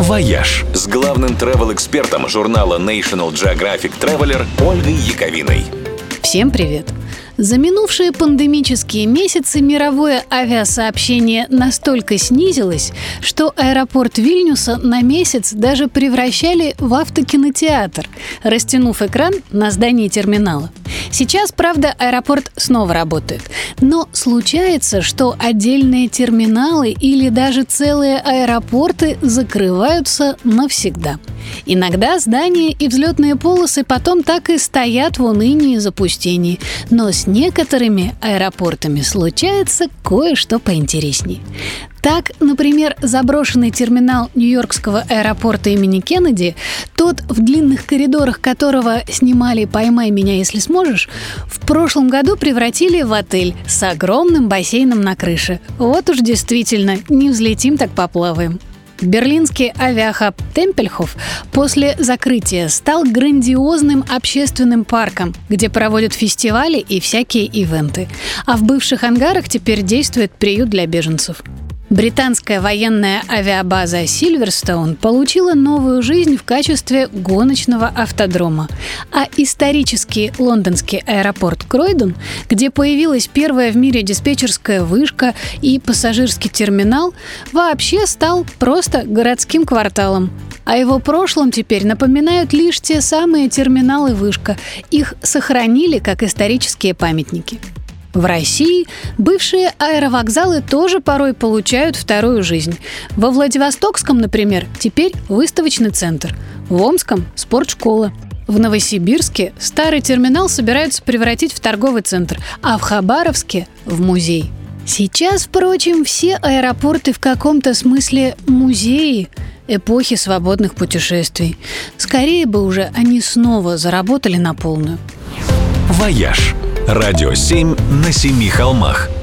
«Вояж» с главным travel-экспертом журнала National Geographic Traveler Ольгой Яковиной. Всем привет! За минувшие пандемические месяцы мировое авиасообщение настолько снизилось, что аэропорт Вильнюса на месяц даже превращали в автокинотеатр, растянув экран на здании терминала. Сейчас, правда, аэропорт снова работает. Но случается, что отдельные терминалы или даже целые аэропорты закрываются навсегда. Иногда здания и взлетные полосы потом так и стоят в унынии и запустении. Но с некоторыми аэропортами случается кое-что поинтереснее. Так, например, заброшенный терминал Нью-Йоркского аэропорта имени Кеннеди, тот, в длинных коридорах которого снимали «Поймай меня, если сможешь», в прошлом году превратили в отель с огромным бассейном на крыше. Вот уж действительно, не взлетим, так поплаваем. Берлинский авиахаб Темпельхоф после закрытия стал грандиозным общественным парком, где проводят фестивали и всякие ивенты. А в бывших ангарах теперь действует приют для беженцев. Британская военная авиабаза Сильверстоун получила новую жизнь в качестве гоночного автодрома, а исторический лондонский аэропорт Кройдон, где появилась первая в мире диспетчерская вышка и пассажирский терминал, вообще стал просто городским кварталом. О его прошлом теперь напоминают лишь те самые терминалы вышка. Их сохранили как исторические памятники. В России бывшие аэровокзалы тоже порой получают вторую жизнь. Во Владивостокском, например, теперь выставочный центр. В Омском – спортшкола. В Новосибирске старый терминал собираются превратить в торговый центр, а в Хабаровске – в музей. Сейчас, впрочем, все аэропорты в каком-то смысле музеи эпохи свободных путешествий. Скорее бы уже они снова заработали на полную. «Вояж». Радио 7 на 7 холмах.